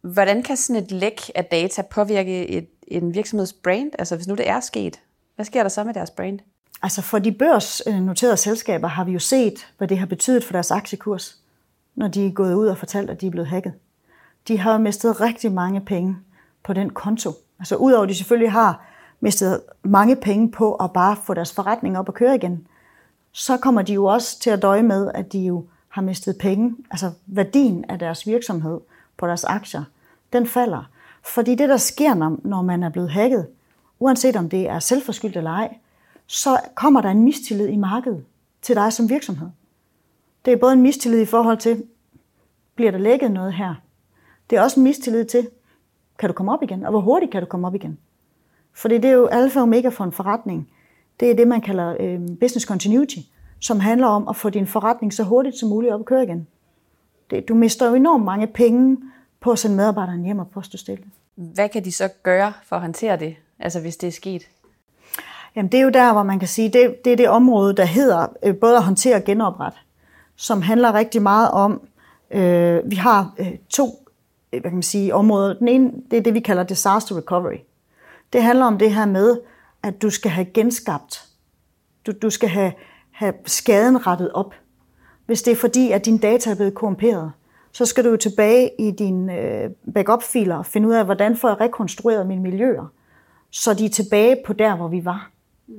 Hvordan kan sådan et læk af data påvirke en virksomheds brand? Altså hvis nu det er sket, hvad sker der så med deres brand? Altså for de børsnoterede selskaber har vi jo set, hvad det har betydet for deres aktiekurs, når de er gået ud og fortalt, at de er blevet hacket. De har mistet rigtig mange penge på den konto. Altså udover at de selvfølgelig har mistet mange penge på at bare få deres forretning op og køre igen, så kommer de jo også til at døje med, at de jo har mistet penge. Altså værdien af deres virksomhed på deres aktier, den falder. Fordi det, der sker, når man er blevet hacket, uanset om det er selvforskyldt eller ej, så kommer der en mistillid i markedet til dig som virksomhed. Det er både en mistillid i forhold til, bliver der lækket noget her? Det er også en mistillid til, kan du komme op igen? Og hvor hurtigt kan du komme op igen? Fordi det er jo alfa og omega for en forretning. Det er det, man kalder business continuity, som handler om at få din forretning så hurtigt som muligt op at køre igen. Du mister jo enormt mange penge på at sende medarbejderne hjem og poste stille. Hvad kan de så gøre for at håndtere det, altså hvis det er sket? Jamen det er jo der, hvor man kan sige, det er det område, der hedder både at håndtere og genoprette, som handler rigtig meget om, vi har to områder. Den ene, det er det, vi kalder disaster recovery. Det handler om det her med, at du skal have genskabt. Du skal have skaden rettet op. Hvis det er fordi, at dine data er blevet korrumperet, så skal du jo tilbage i dine backup-filer og finde ud af, hvordan får jeg rekonstrueret mine miljøer, så de er tilbage på der, hvor vi var.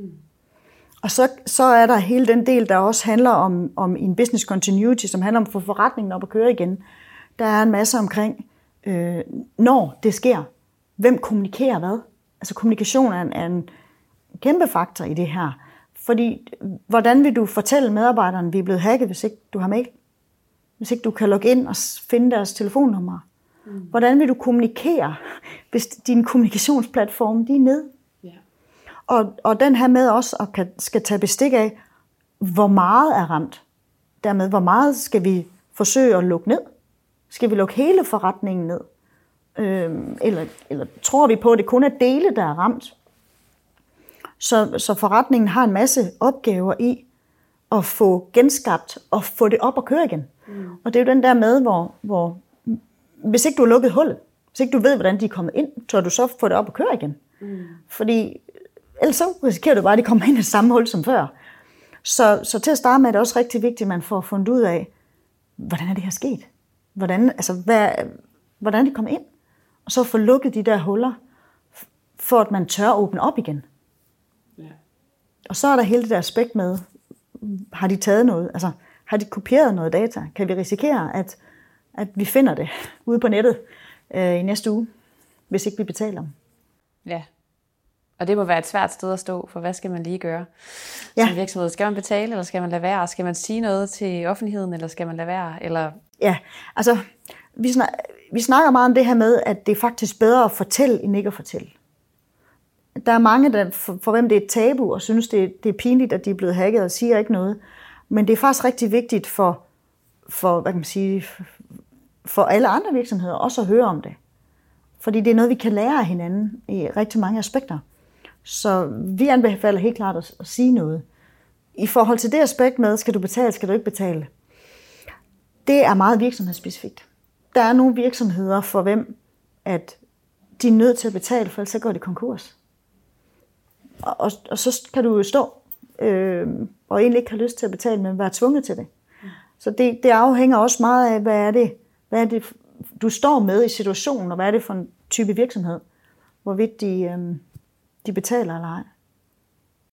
Og så er der hele den del, der også handler om en business continuity, som handler om at få forretningen op at køre igen. Der er en masse omkring, når det sker. Hvem kommunikerer hvad? Altså kommunikation er en kæmpe faktor i det her. Fordi hvordan vil du fortælle medarbejderne, at vi er blevet hacket, hvis ikke du har mail? Hvis ikke du kan logge ind og finde deres telefonnummer? Hvordan vil du kommunikere, hvis din kommunikationsplatform de er nede? Og den her med også skal tage bestik af, hvor meget er ramt. Dermed, hvor meget skal vi forsøge at lukke ned? Skal vi lukke hele forretningen ned? Eller tror vi på, at det kun er dele, der er ramt? Så forretningen har en masse opgaver i at få genskabt og få det op og køre igen. Og det er jo den der med, hvor hvis ikke du har lukket hullet, hvis ikke du ved, hvordan de er kommet ind, så du så få det op og køre igen. Fordi ellers så risikerer du bare, at de kommer ind i det samme hul som før. Så til at starte med er det også rigtig vigtigt, at man får fundet ud af, hvordan er det her sket? Hvordan er de kommet ind? Og så få lukket de der huller, for at man tør åbne op igen. Ja. Og så er der hele det der aspekt med, har de taget noget? Altså, har de kopieret noget data? Kan vi risikere, at vi finder det ude på nettet i næste uge, hvis ikke vi betaler dem? Ja, og det må være et svært sted at stå, for hvad skal man lige gøre som virksomhed? Skal man betale, eller skal man lade være? Skal man sige noget til offentligheden, eller skal man lade være? Eller... Ja, altså vi snakker meget om det her med, at det er faktisk bedre at fortælle, end ikke at fortælle. Der er mange, der for hvem det er et tabu, og synes, det er pinligt, at de er blevet hacket og siger ikke noget. Men det er faktisk rigtig vigtigt for hvad kan man sige, for alle andre virksomheder også at høre om det. Fordi det er noget, vi kan lære af hinanden i rigtig mange aspekter. Så vi anbefaler helt klart at sige noget. I forhold til det aspekt med, skal du betale, skal du ikke betale, det er meget virksomhedsspecifikt. Der er nogle virksomheder, for hvem at de er nødt til at betale, for ellers så går de konkurs. Og så kan du jo stå og egentlig ikke have lyst til at betale, men være tvunget til det. Så det afhænger også meget af, hvad er det du står med i situationen, og hvad er det for en type virksomhed, hvorvidt de betaler eller ej.